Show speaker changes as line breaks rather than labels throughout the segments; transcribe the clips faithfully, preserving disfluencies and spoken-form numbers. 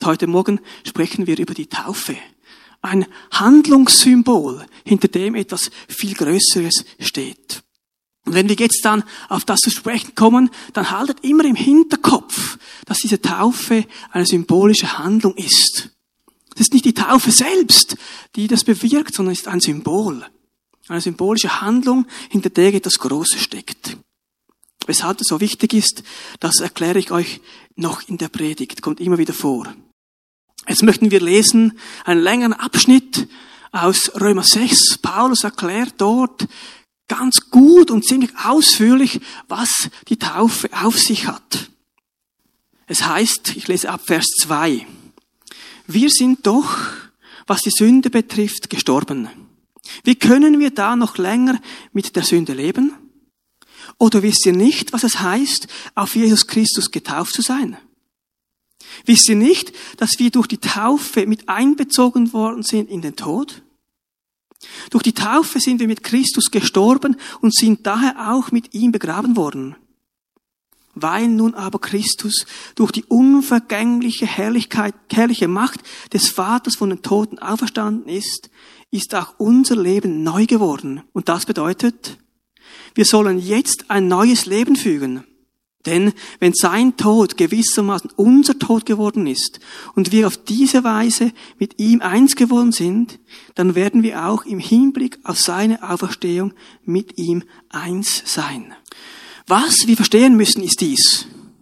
heute Morgen sprechen wir über die Taufe. Ein Handlungssymbol, hinter dem etwas viel Größeres steht. Und wenn wir jetzt dann auf das zu sprechen kommen, dann haltet immer im Hinterkopf, dass diese Taufe eine symbolische Handlung ist. Es ist nicht die Taufe selbst, die das bewirkt, sondern es ist ein Symbol. Eine symbolische Handlung, hinter der etwas Großes steckt. Weshalb es so wichtig ist, das erkläre ich euch noch in der Predigt. Kommt immer wieder vor. Jetzt möchten wir lesen einen längeren Abschnitt aus Römer sechs. Paulus erklärt dort ganz gut und ziemlich ausführlich, was die Taufe auf sich hat. Es heißt, ich lese ab Vers zwei. Wir sind doch, was die Sünde betrifft, gestorben. Wie können wir da noch länger mit der Sünde leben? Oder wisst ihr nicht, was es heißt, auf Jesus Christus getauft zu sein? Wisst ihr nicht, dass wir durch die Taufe mit einbezogen worden sind in den Tod? Durch die Taufe sind wir mit Christus gestorben und sind daher auch mit ihm begraben worden. Weil nun aber Christus durch die unvergängliche Herrlichkeit, herrliche Macht des Vaters von den Toten auferstanden ist, ist auch unser Leben neu geworden. Und das bedeutet, wir sollen jetzt ein neues Leben fügen. Denn wenn sein Tod gewissermaßen unser Tod geworden ist und wir auf diese Weise mit ihm eins geworden sind, dann werden wir auch im Hinblick auf seine Auferstehung mit ihm eins sein. Was wir verstehen müssen, ist dies.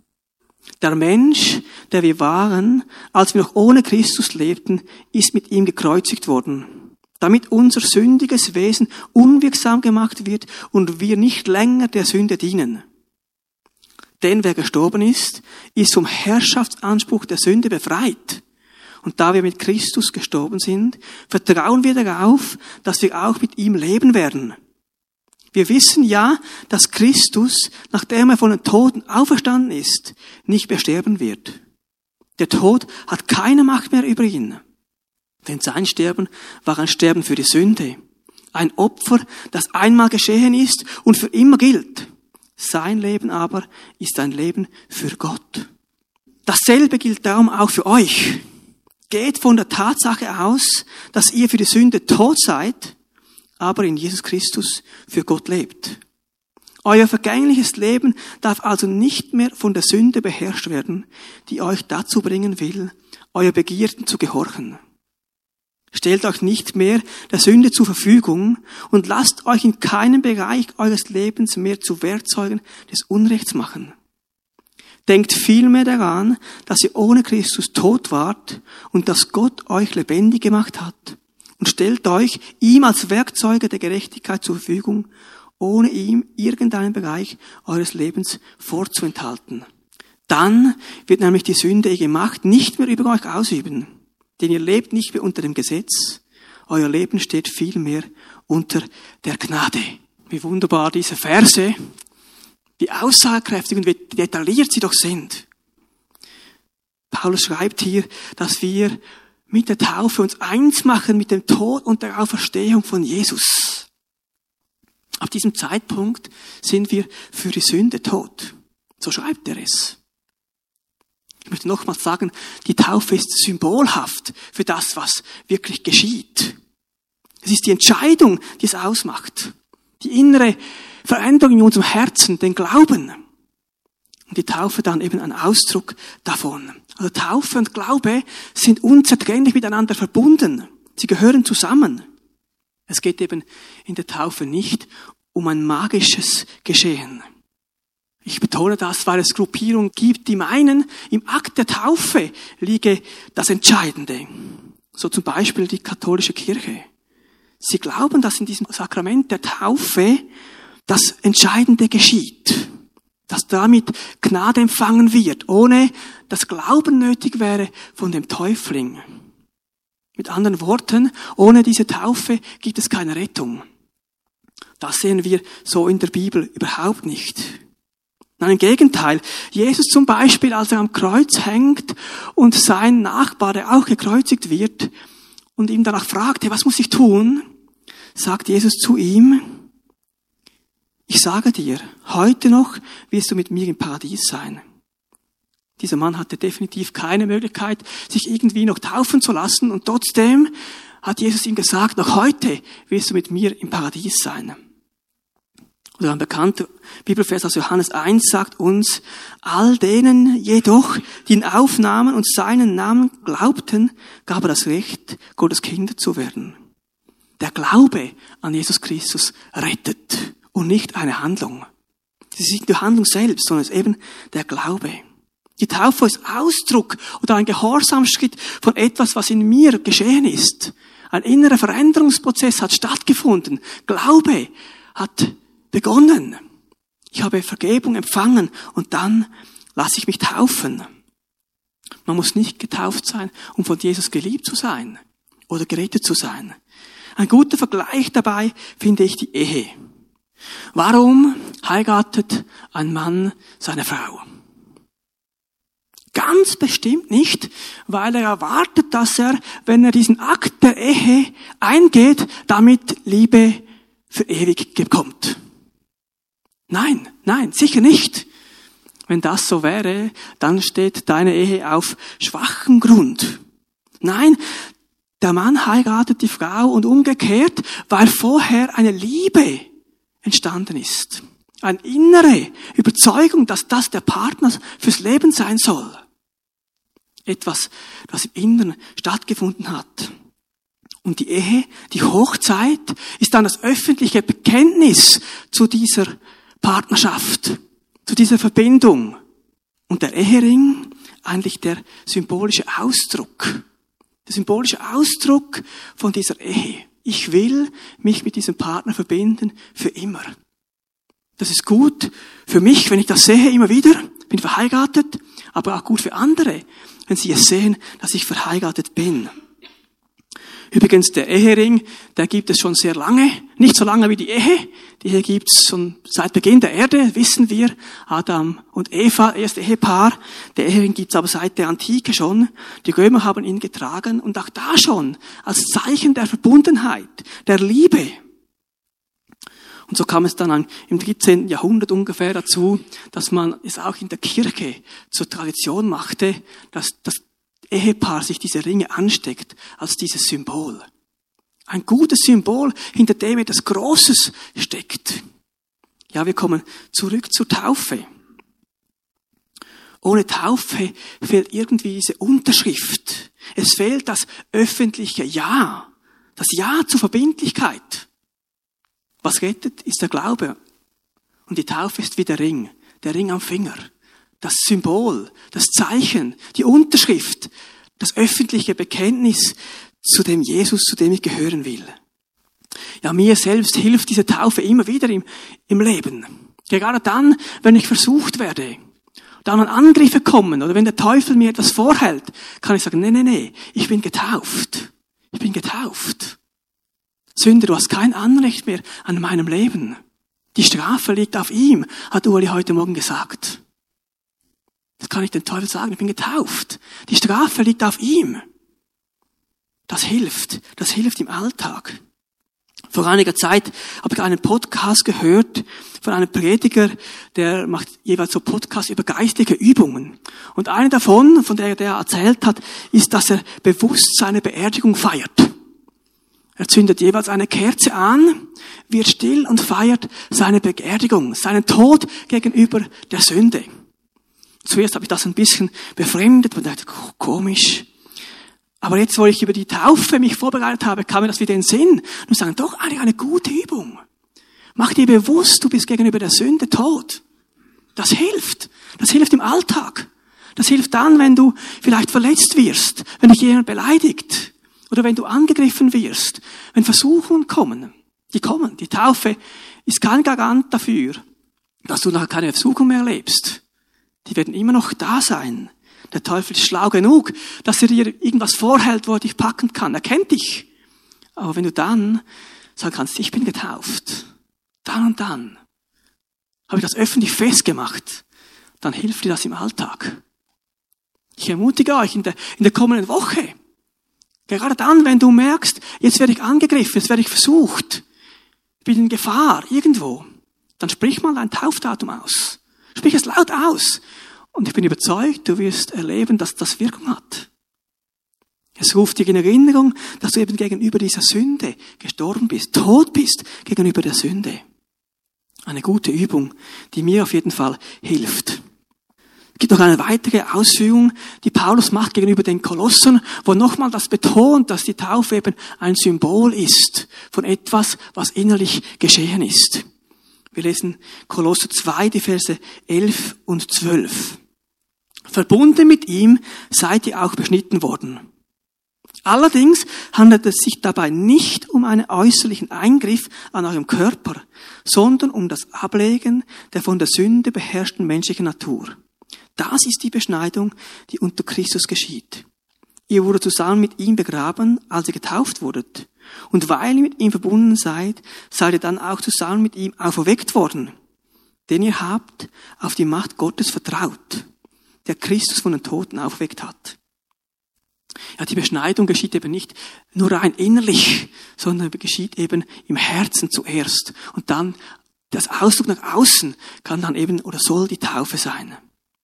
Der Mensch, der wir waren, als wir noch ohne Christus lebten, ist mit ihm gekreuzigt worden, damit unser sündiges Wesen unwirksam gemacht wird und wir nicht länger der Sünde dienen. Denn wer gestorben ist, ist vom Herrschaftsanspruch der Sünde befreit. Und da wir mit Christus gestorben sind, vertrauen wir darauf, dass wir auch mit ihm leben werden. Wir wissen ja, dass Christus, nachdem er von den Toten auferstanden ist, nicht mehr sterben wird. Der Tod hat keine Macht mehr über ihn. Denn sein Sterben war ein Sterben für die Sünde. Ein Opfer, das einmal geschehen ist und für immer gilt. Sein Leben aber ist ein Leben für Gott. Dasselbe gilt darum auch für euch. Geht von der Tatsache aus, dass ihr für die Sünde tot seid, aber in Jesus Christus für Gott lebt. Euer vergängliches Leben darf also nicht mehr von der Sünde beherrscht werden, die euch dazu bringen will, euer Begierden zu gehorchen. Stellt euch nicht mehr der Sünde zur Verfügung und lasst euch in keinem Bereich eures Lebens mehr zu Werkzeugen des Unrechts machen. Denkt vielmehr daran, dass ihr ohne Christus tot wart und dass Gott euch lebendig gemacht hat. Und stellt euch ihm als Werkzeuge der Gerechtigkeit zur Verfügung, ohne ihm irgendeinen Bereich eures Lebens vorzuenthalten. Dann wird nämlich die Sünde ihre Macht nicht mehr über euch ausüben. Denn ihr lebt nicht mehr unter dem Gesetz, euer Leben steht vielmehr unter der Gnade. Wie wunderbar diese Verse, wie aussagekräftig und wie detailliert sie doch sind. Paulus schreibt hier, dass wir mit der Taufe uns eins machen mit dem Tod und der Auferstehung von Jesus. Ab diesem Zeitpunkt sind wir für die Sünde tot. So schreibt er es. Ich möchte nochmals sagen, die Taufe ist symbolhaft für das, was wirklich geschieht. Es ist die Entscheidung, die es ausmacht. Die innere Veränderung in unserem Herzen, den Glauben. Und die Taufe dann eben ein Ausdruck davon. Also Taufe und Glaube sind unzertrennlich miteinander verbunden. Sie gehören zusammen. Es geht eben in der Taufe nicht um ein magisches Geschehen. Ich betone das, weil es Gruppierungen gibt, die meinen, im Akt der Taufe liege das Entscheidende. So zum Beispiel die katholische Kirche. Sie glauben, dass in diesem Sakrament der Taufe das Entscheidende geschieht. Dass damit Gnade empfangen wird, ohne dass Glauben nötig wäre von dem Täufling. Mit anderen Worten, ohne diese Taufe gibt es keine Rettung. Das sehen wir so in der Bibel überhaupt nicht. Nein, im Gegenteil. Jesus zum Beispiel, als er am Kreuz hängt und sein Nachbar, der auch gekreuzigt wird, und ihm danach fragt, hey, was muss ich tun? Sagt Jesus zu ihm, ich sage dir, heute noch wirst du mit mir im Paradies sein. Dieser Mann hatte definitiv keine Möglichkeit, sich irgendwie noch taufen zu lassen. Und trotzdem hat Jesus ihm gesagt, noch heute wirst du mit mir im Paradies sein. Oder ein bekannter Bibelvers aus Johannes eins sagt uns, all denen jedoch, die ihn aufnahmen und seinen Namen glaubten, gab er das Recht, Gottes Kinder zu werden. Der Glaube an Jesus Christus rettet und nicht eine Handlung. Es ist nicht die Handlung selbst, sondern es ist eben der Glaube. Die Taufe ist Ausdruck oder ein Gehorsamschritt von etwas, was in mir geschehen ist. Ein innerer Veränderungsprozess hat stattgefunden. Glaube hat begonnen. Ich habe Vergebung empfangen und dann lasse ich mich taufen. Man muss nicht getauft sein, um von Jesus geliebt zu sein oder gerettet zu sein. Ein guter Vergleich dabei finde ich die Ehe. Warum heiratet ein Mann seine Frau? Ganz bestimmt nicht, weil er erwartet, dass er, wenn er diesen Akt der Ehe eingeht, damit Liebe für ewig bekommt. Nein, nein, sicher nicht. Wenn das so wäre, dann steht deine Ehe auf schwachem Grund. Nein, der Mann heiratet die Frau und umgekehrt, weil vorher eine Liebe entstanden ist. Eine innere Überzeugung, dass das der Partner fürs Leben sein soll. Etwas, das im Inneren stattgefunden hat. Und die Ehe, die Hochzeit, ist dann das öffentliche Bekenntnis zu dieser Partnerschaft, zu dieser Verbindung. Und der Ehering, eigentlich der symbolische Ausdruck. Der symbolische Ausdruck von dieser Ehe. Ich will mich mit diesem Partner verbinden für immer. Das ist gut für mich, wenn ich das sehe immer wieder, bin verheiratet, aber auch gut für andere, wenn sie es sehen, dass ich verheiratet bin. Übrigens, der Ehering, der gibt es schon sehr lange, nicht so lange wie die Ehe. Die Ehe gibt es schon seit Beginn der Erde, wissen wir. Adam und Eva, erste Ehepaar. Der Ehering gibt es aber seit der Antike schon. Die Römer haben ihn getragen und auch da schon als Zeichen der Verbundenheit, der Liebe. Und so kam es dann im dreizehnten Jahrhundert ungefähr dazu, dass man es auch in der Kirche zur Tradition machte, dass das Ehepaar sich diese Ringe ansteckt als dieses Symbol. Ein gutes Symbol, hinter dem etwas Großes steckt. Ja, wir kommen zurück zur Taufe. Ohne Taufe fehlt irgendwie diese Unterschrift. Es fehlt das öffentliche Ja, das Ja zur Verbindlichkeit. Was rettet, ist der Glaube. Und die Taufe ist wie der Ring, der Ring am Finger. Das Symbol, das Zeichen, die Unterschrift, das öffentliche Bekenntnis zu dem Jesus, zu dem ich gehören will. Ja, mir selbst hilft diese Taufe immer wieder im, im Leben. Gerade dann, wenn ich versucht werde, dann wenn Angriffe kommen oder wenn der Teufel mir etwas vorhält, kann ich sagen, nee, nee, nee, ich bin getauft. Ich bin getauft. Sünder, du hast kein Anrecht mehr an meinem Leben. Die Strafe liegt auf ihm, hat Uli heute Morgen gesagt. Das kann ich dem Teufel sagen, ich bin getauft. Die Strafe liegt auf ihm. Das hilft, das hilft im Alltag. Vor einiger Zeit habe ich einen Podcast gehört von einem Prediger, der macht jeweils so Podcasts über geistige Übungen. Und eine davon, von der der erzählt hat, ist, dass er bewusst seine Beerdigung feiert. Er zündet jeweils eine Kerze an, wird still und feiert seine Beerdigung, seinen Tod gegenüber der Sünde. Zuerst habe ich das ein bisschen befremdet und dachte, komisch. Aber jetzt, wo ich über die Taufe mich vorbereitet habe, kam mir das wieder in den Sinn. Und sagen, doch, eigentlich eine gute Übung. Mach dir bewusst, du bist gegenüber der Sünde tot. Das hilft. Das hilft im Alltag. Das hilft dann, wenn du vielleicht verletzt wirst, wenn dich jemand beleidigt oder wenn du angegriffen wirst, wenn Versuchungen kommen. Die kommen. Die Taufe ist kein Garant dafür, dass du nachher keine Versuchung mehr erlebst. Die werden immer noch da sein. Der Teufel ist schlau genug, dass er dir irgendwas vorhält, wo er dich packen kann. Er kennt dich. Aber wenn du dann sagen kannst, ich bin getauft, dann und dann habe ich das öffentlich festgemacht, dann hilft dir das im Alltag. Ich ermutige euch in der, in der kommenden Woche, gerade dann, wenn du merkst, jetzt werde ich angegriffen, jetzt werde ich versucht, ich bin in Gefahr irgendwo, dann sprich mal dein Taufdatum aus. Sprich es laut aus Und ich bin überzeugt, du wirst erleben, dass das Wirkung hat. Es ruft dir in Erinnerung, dass du eben gegenüber dieser Sünde gestorben bist, tot bist gegenüber der Sünde. Eine gute Übung, die mir auf jeden Fall hilft. Es gibt noch eine weitere Ausführung, die Paulus macht gegenüber den Kolossern, wo nochmal das betont, dass die Taufe eben ein Symbol ist von etwas, was innerlich geschehen ist. Wir lesen Kolosser zwei, die Verse elf und zwölf. Verbunden mit ihm seid ihr auch beschnitten worden. Allerdings handelt es sich dabei nicht um einen äußerlichen Eingriff an eurem Körper, sondern um das Ablegen der von der Sünde beherrschten menschlichen Natur. Das ist die Beschneidung, die unter Christus geschieht. Ihr wurdet zusammen mit ihm begraben, als ihr getauft wurdet. Und weil ihr mit ihm verbunden seid, seid ihr dann auch zusammen mit ihm auferweckt worden. Denn ihr habt auf die Macht Gottes vertraut, der Christus von den Toten auferweckt hat. Ja, die Beschneidung geschieht eben nicht nur rein innerlich, sondern geschieht eben im Herzen zuerst. Und dann, das Ausdruck nach außen kann dann eben oder soll die Taufe sein.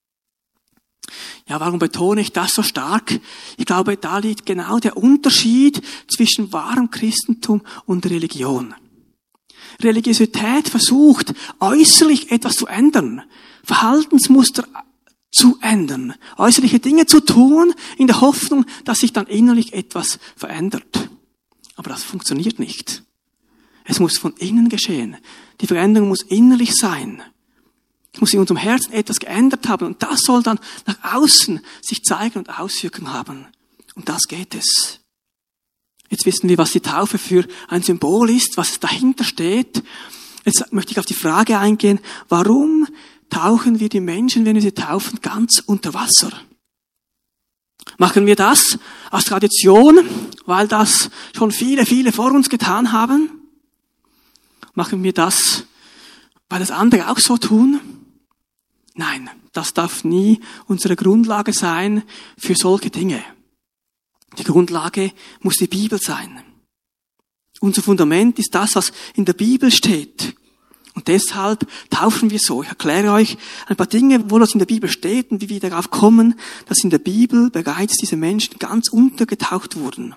Ja, warum betone ich das so stark? Ich glaube, da liegt genau der Unterschied zwischen wahrem Christentum und Religion. Religiosität versucht, äußerlich etwas zu ändern, Verhaltensmuster zu ändern, äußerliche Dinge zu tun, in der Hoffnung, dass sich dann innerlich etwas verändert. Aber das funktioniert nicht. Es muss von innen geschehen. Die Veränderung muss innerlich sein. Es muss in unserem Herzen etwas geändert haben und das soll dann nach außen sich zeigen und Auswirkungen haben. Um das geht es. Jetzt wissen wir, was die Taufe für ein Symbol ist, was dahinter steht. Jetzt möchte ich auf die Frage eingehen, warum tauchen wir die Menschen, wenn wir sie taufen, ganz unter Wasser? Machen wir das aus Tradition, weil das schon viele, viele vor uns getan haben? Machen wir das, weil das andere auch so tun? Nein, das darf nie unsere Grundlage sein für solche Dinge. Die Grundlage muss die Bibel sein. Unser Fundament ist das, was in der Bibel steht. Und deshalb taufen wir so. Ich erkläre euch ein paar Dinge, wo das in der Bibel steht und wie wir darauf kommen, dass in der Bibel bereits diese Menschen ganz untergetaucht wurden.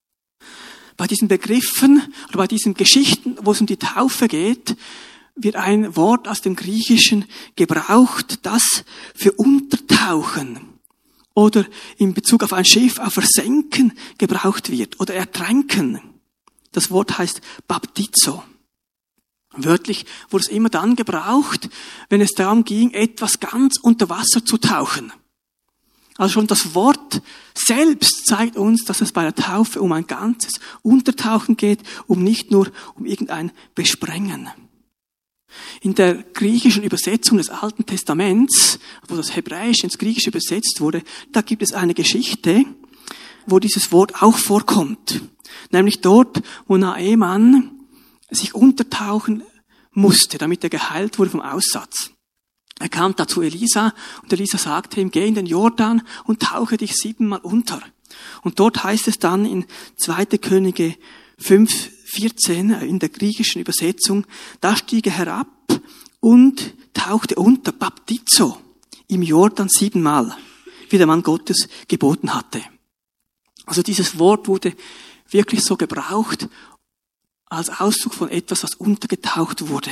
Bei diesen Begriffen oder bei diesen Geschichten, wo es um die Taufe geht, wird ein Wort aus dem Griechischen gebraucht, das für Untertauchen oder in Bezug auf ein Schiff, auf Versenken gebraucht wird oder Ertränken. Das Wort heißt Baptizo. Wörtlich wurde es immer dann gebraucht, wenn es darum ging, etwas ganz unter Wasser zu tauchen. Also schon das Wort selbst zeigt uns, dass es bei der Taufe um ein ganzes Untertauchen geht, um nicht nur um irgendein Besprengen. In der griechischen Übersetzung des Alten Testaments, wo das Hebräisch ins Griechische übersetzt wurde, da gibt es eine Geschichte, wo dieses Wort auch vorkommt. Nämlich dort, wo Naaman sich untertauchen musste, damit er geheilt wurde vom Aussatz. Er kam da zu Elisa und Elisa sagte ihm, geh in den Jordan und tauche dich siebenmal unter. Und dort heißt es dann in zweiter Könige fünf, vierzehn in der griechischen Übersetzung, da stieg er herab und tauchte unter, Baptizo, im Jordan siebenmal, wie der Mann Gottes geboten hatte. Also dieses Wort wurde wirklich so gebraucht als Ausdruck von etwas, was untergetaucht wurde.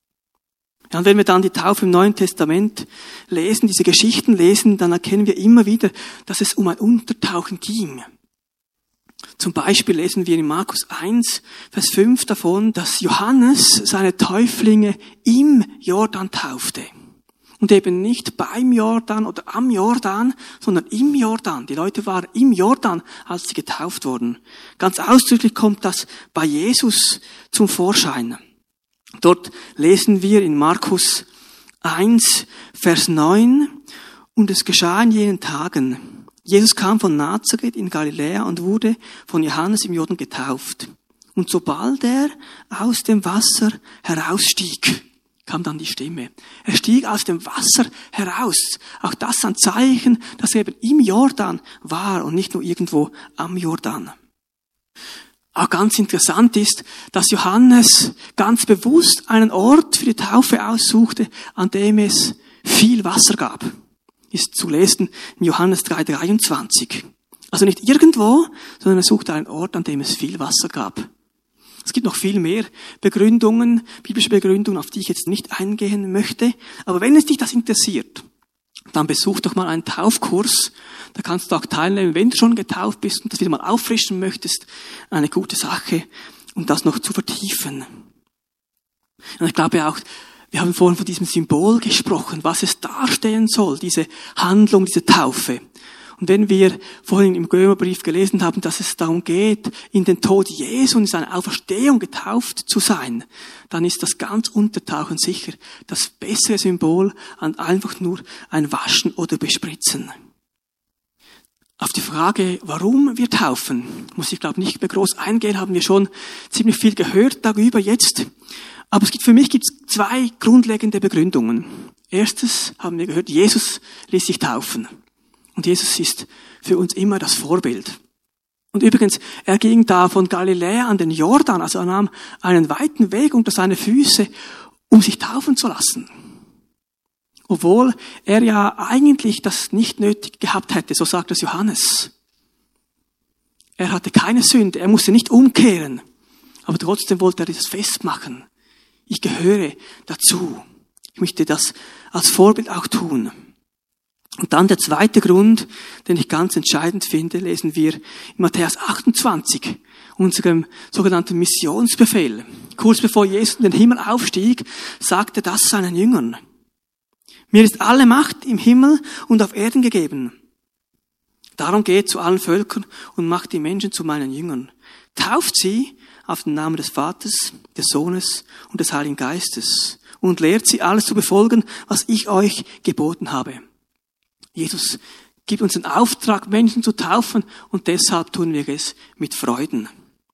Ja, und wenn wir dann die Taufe im Neuen Testament lesen, diese Geschichten lesen, dann erkennen wir immer wieder, dass es um ein Untertauchen ging. Zum Beispiel lesen wir in Markus eins, Vers fünf davon, dass Johannes seine Täuflinge im Jordan taufte. Und eben nicht beim Jordan oder am Jordan, sondern im Jordan. Die Leute waren im Jordan, als sie getauft wurden. Ganz ausdrücklich kommt das bei Jesus zum Vorschein. Dort lesen wir in Markus eins, Vers neun, und es geschah in jenen Tagen. Jesus kam von Nazareth in Galiläa und wurde von Johannes im Jordan getauft. Und sobald er aus dem Wasser herausstieg, kam dann die Stimme. Er stieg aus dem Wasser heraus. Auch das ein Zeichen, dass er eben im Jordan war und nicht nur irgendwo am Jordan. Auch ganz interessant ist, dass Johannes ganz bewusst einen Ort für die Taufe aussuchte, an dem es viel Wasser gab. ist zu lesen in Johannes drei dreiundzwanzig. Also nicht irgendwo, sondern er suchte einen Ort, an dem es viel Wasser gab. Es gibt noch viel mehr Begründungen, biblische Begründungen, auf die ich jetzt nicht eingehen möchte. Aber wenn es dich das interessiert, dann besuch doch mal einen Taufkurs. Da kannst du auch teilnehmen, wenn du schon getauft bist und das wieder mal auffrischen möchtest. Eine gute Sache, um das noch zu vertiefen. Und ich glaube auch, wir haben vorhin von diesem Symbol gesprochen, was es darstellen soll, diese Handlung, diese Taufe. Und wenn wir vorhin im Römerbrief gelesen haben, dass es darum geht, in den Tod Jesu und in seine Auferstehung getauft zu sein, dann ist das ganz untertauchen sicher das bessere Symbol an einfach nur ein Waschen oder Bespritzen. Auf die Frage, warum wir taufen, muss ich glaube nicht mehr groß eingehen, haben wir schon ziemlich viel gehört darüber jetzt. Aber es gibt, für mich gibt es zwei grundlegende Begründungen. Erstens haben wir gehört, Jesus ließ sich taufen. Und Jesus ist für uns immer das Vorbild. Und übrigens, er ging da von Galiläa an den Jordan, also er nahm einen weiten Weg unter seine Füße, um sich taufen zu lassen. Obwohl er ja eigentlich das nicht nötig gehabt hätte, so sagt es Johannes. Er hatte keine Sünde, er musste nicht umkehren, aber trotzdem wollte er dieses festmachen. Ich gehöre dazu. Ich möchte das als Vorbild auch tun. Und dann der zweite Grund, den ich ganz entscheidend finde, lesen wir in Matthäus achtundzwanzig, unserem sogenannten Missionsbefehl. Kurz bevor Jesus in den Himmel aufstieg, sagte er das seinen Jüngern. Mir ist alle Macht im Himmel und auf Erden gegeben. Darum geht zu allen Völkern und macht die Menschen zu meinen Jüngern. Tauft sie auf den Namen des Vaters, des Sohnes und des Heiligen Geistes und lehrt sie alles zu befolgen, was ich euch geboten habe. Jesus gibt uns den Auftrag, Menschen zu taufen, und deshalb tun wir es mit Freuden.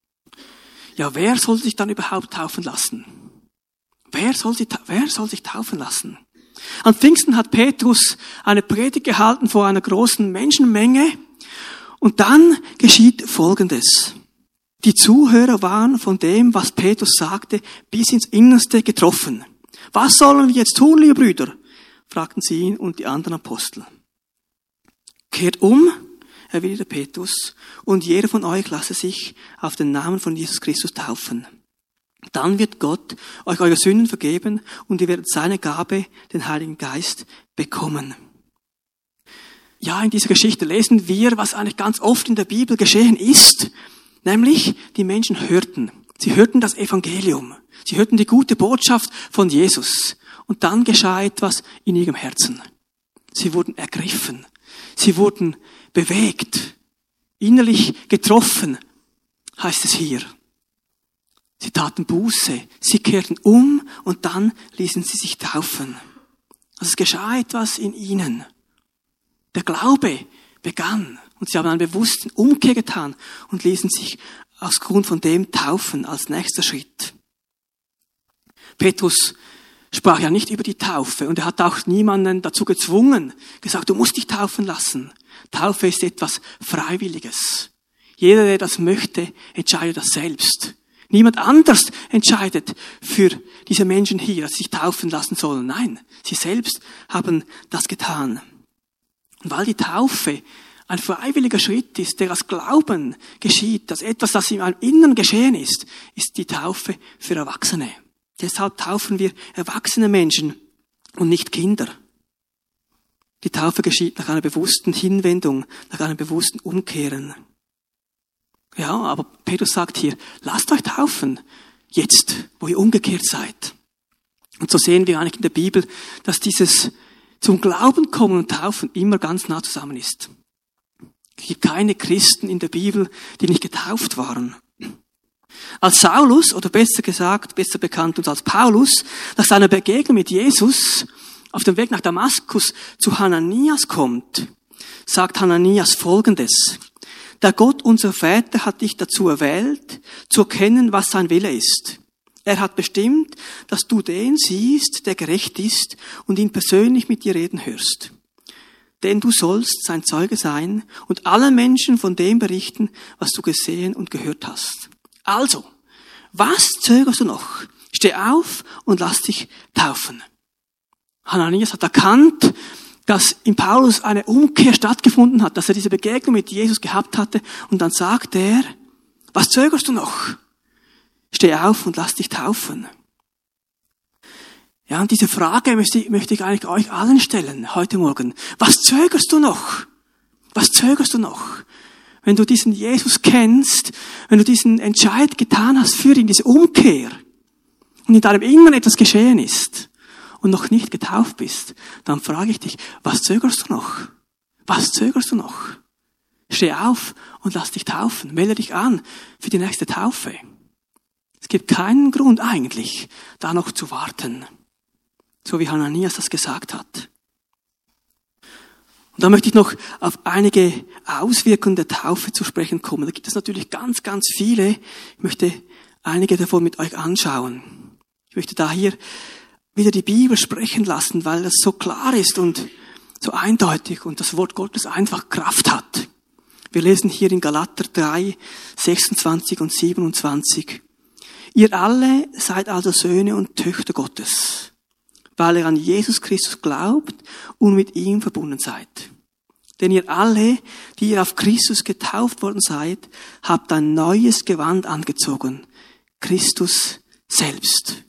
Ja, wer soll sich dann überhaupt taufen lassen? Wer soll sich, wer soll sich taufen lassen? An Pfingsten hat Petrus eine Predigt gehalten vor einer großen Menschenmenge, und dann geschieht Folgendes. Die Zuhörer waren von dem, was Petrus sagte, bis ins Innerste getroffen. Was sollen wir jetzt tun, liebe Brüder? Fragten sie ihn und die anderen Apostel. Kehrt um, erwiderte Petrus, und jeder von euch lasse sich auf den Namen von Jesus Christus taufen. Dann wird Gott euch eure Sünden vergeben und ihr werdet seine Gabe, den Heiligen Geist, bekommen. Ja, in dieser Geschichte lesen wir, was eigentlich ganz oft in der Bibel geschehen ist, nämlich die Menschen hörten. Sie hörten das Evangelium. Sie hörten die gute Botschaft von Jesus. Und dann geschah etwas in ihrem Herzen. Sie wurden ergriffen. Sie wurden bewegt, innerlich getroffen, heißt es hier. Sie taten Buße, sie kehrten um und dann ließen sie sich taufen. Also es geschah etwas in ihnen. Der Glaube begann und sie haben einen bewussten Umkehr getan und ließen sich aus Grund von dem taufen als nächster Schritt. Petrus sprach ja nicht über die Taufe und er hat auch niemanden dazu gezwungen, gesagt, du musst dich taufen lassen. Taufe ist etwas Freiwilliges. Jeder, der das möchte, entscheidet das selbst. Niemand anders entscheidet für diese Menschen hier, dass sie sich taufen lassen sollen. Nein, sie selbst haben das getan. Und weil die Taufe ein freiwilliger Schritt ist, der aus Glauben geschieht, dass etwas, das in einem Inneren geschehen ist, ist die Taufe für Erwachsene. Deshalb taufen wir erwachsene Menschen und nicht Kinder. Die Taufe geschieht nach einer bewussten Hinwendung, nach einem bewussten Umkehren. Ja, aber Petrus sagt hier, lasst euch taufen, jetzt, wo ihr umgekehrt seid. Und so sehen wir eigentlich in der Bibel, dass dieses zum Glauben kommen und taufen immer ganz nah zusammen ist. Es gibt keine Christen in der Bibel, die nicht getauft waren. Als Saulus, oder besser gesagt, besser bekannt uns als Paulus, nach seiner Begegnung mit Jesus auf dem Weg nach Damaskus zu Hananias kommt, sagt Hananias Folgendes. Der Gott unserer Väter hat dich dazu erwählt, zu erkennen, was sein Wille ist. Er hat bestimmt, dass du den siehst, der gerecht ist, und ihn persönlich mit dir reden hörst. Denn du sollst sein Zeuge sein und allen Menschen von dem berichten, was du gesehen und gehört hast. Also, was zögerst du noch? Steh auf und lass dich taufen. Hananias hat erkannt, dass in Paulus eine Umkehr stattgefunden hat, dass er diese Begegnung mit Jesus gehabt hatte und dann sagt er, was zögerst du noch? Steh auf und lass dich taufen. Ja, und diese Frage möchte ich, möchte ich eigentlich euch allen stellen heute Morgen. Was zögerst du noch? Was zögerst du noch? Wenn du diesen Jesus kennst, wenn du diesen Entscheid getan hast für ihn, diese Umkehr, und in deinem Inneren etwas geschehen ist und noch nicht getauft bist, dann frage ich dich, was zögerst du noch? Was zögerst du noch? Steh auf und lass dich taufen. Melde dich an für die nächste Taufe. Es gibt keinen Grund eigentlich, da noch zu warten. So wie Hananias das gesagt hat. Und da möchte ich noch auf einige Auswirkungen der Taufe zu sprechen kommen. Da gibt es natürlich ganz, ganz viele. Ich möchte einige davon mit euch anschauen. Ich möchte da hier wieder die Bibel sprechen lassen, weil das so klar ist und so eindeutig und das Wort Gottes einfach Kraft hat. Wir lesen hier in Galater drei, sechsundzwanzig und siebenundzwanzig. Ihr alle seid also Söhne und Töchter Gottes, weil ihr an Jesus Christus glaubt und mit ihm verbunden seid. Denn ihr alle, die ihr auf Christus getauft worden seid, habt ein neues Gewand angezogen, Christus selbst.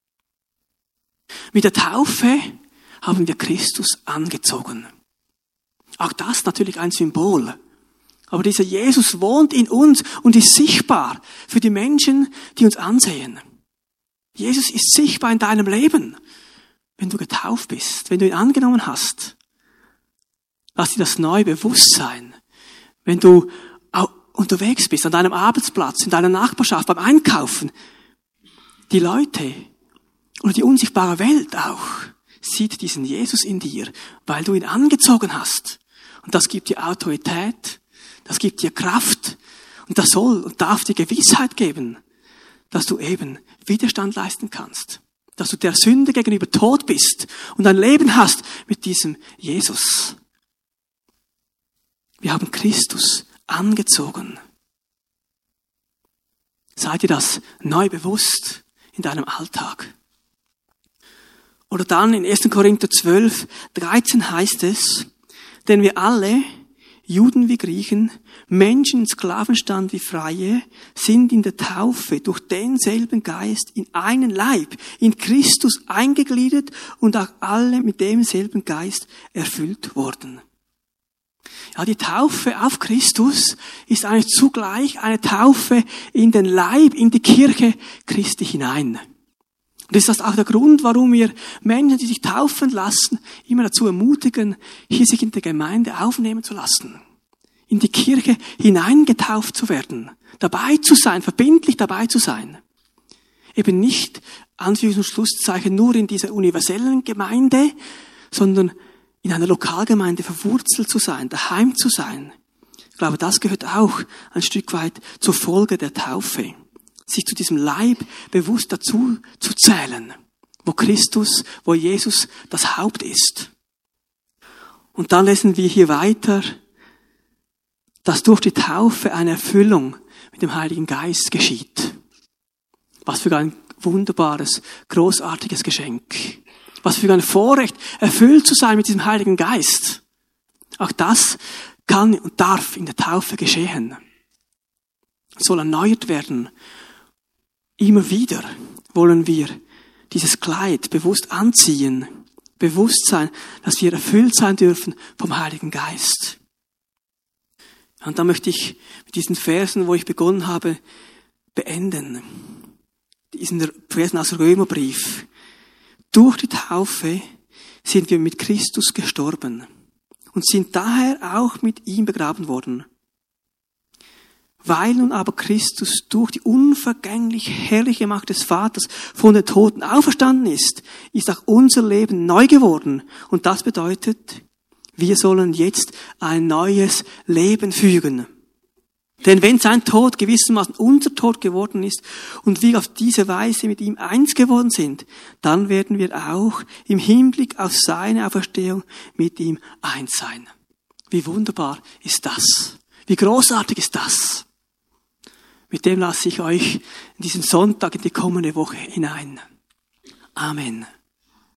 Mit der Taufe haben wir Christus angezogen. Auch das natürlich ein Symbol. Aber dieser Jesus wohnt in uns und ist sichtbar für die Menschen, die uns ansehen. Jesus ist sichtbar in deinem Leben, wenn du getauft bist, wenn du ihn angenommen hast. Lass dir das neu bewusst sein. Wenn du auch unterwegs bist, an deinem Arbeitsplatz, in deiner Nachbarschaft, beim Einkaufen, die Leute oder die unsichtbare Welt auch sieht diesen Jesus in dir, weil du ihn angezogen hast. Und das gibt dir Autorität, das gibt dir Kraft und das soll und darf dir Gewissheit geben, dass du eben Widerstand leisten kannst, dass du der Sünde gegenüber tot bist und ein Leben hast mit diesem Jesus. Wir haben Christus angezogen. Sei dir das neu bewusst in deinem Alltag. Oder dann in erster Korinther zwölf, dreizehn heißt es, denn wir alle, Juden wie Griechen, Menschen in Sklavenstand wie Freie, sind in der Taufe durch denselben Geist in einen Leib, in Christus eingegliedert und auch alle mit demselben Geist erfüllt worden. Ja, die Taufe auf Christus ist eigentlich zugleich eine Taufe in den Leib, in die Kirche Christi hinein. Und das ist auch der Grund, warum wir Menschen, die sich taufen lassen, immer dazu ermutigen, hier sich in der Gemeinde aufnehmen zu lassen. In die Kirche hineingetauft zu werden. Dabei zu sein, verbindlich dabei zu sein. Eben nicht, Anführungs- und Schlusszeichen, nur in dieser universellen Gemeinde, sondern in einer Lokalgemeinde verwurzelt zu sein, daheim zu sein. Ich glaube, das gehört auch ein Stück weit zur Folge der Taufe. Sich zu diesem Leib bewusst dazu zu zählen, wo Christus, wo Jesus das Haupt ist. Und dann lesen wir hier weiter, dass durch die Taufe eine Erfüllung mit dem Heiligen Geist geschieht. Was für ein wunderbares, großartiges Geschenk. Was für ein Vorrecht, erfüllt zu sein mit diesem Heiligen Geist. Auch das kann und darf in der Taufe geschehen. Es soll erneuert werden. Immer wieder wollen wir dieses Kleid bewusst anziehen, bewusst sein, dass wir erfüllt sein dürfen vom Heiligen Geist. Und da möchte ich mit diesen Versen, wo ich begonnen habe, beenden. Diesen Versen aus Römerbrief. Durch die Taufe sind wir mit Christus gestorben und sind daher auch mit ihm begraben worden. Weil nun aber Christus durch die unvergänglich herrliche Macht des Vaters von den Toten auferstanden ist, ist auch unser Leben neu geworden. Und das bedeutet, wir sollen jetzt ein neues Leben fügen. Denn wenn sein Tod gewissermaßen unser Tod geworden ist und wir auf diese Weise mit ihm eins geworden sind, dann werden wir auch im Hinblick auf seine Auferstehung mit ihm eins sein. Wie wunderbar ist das? Wie großartig ist das? Mit dem lasse ich euch in diesen Sonntag, in die kommende Woche hinein. Amen.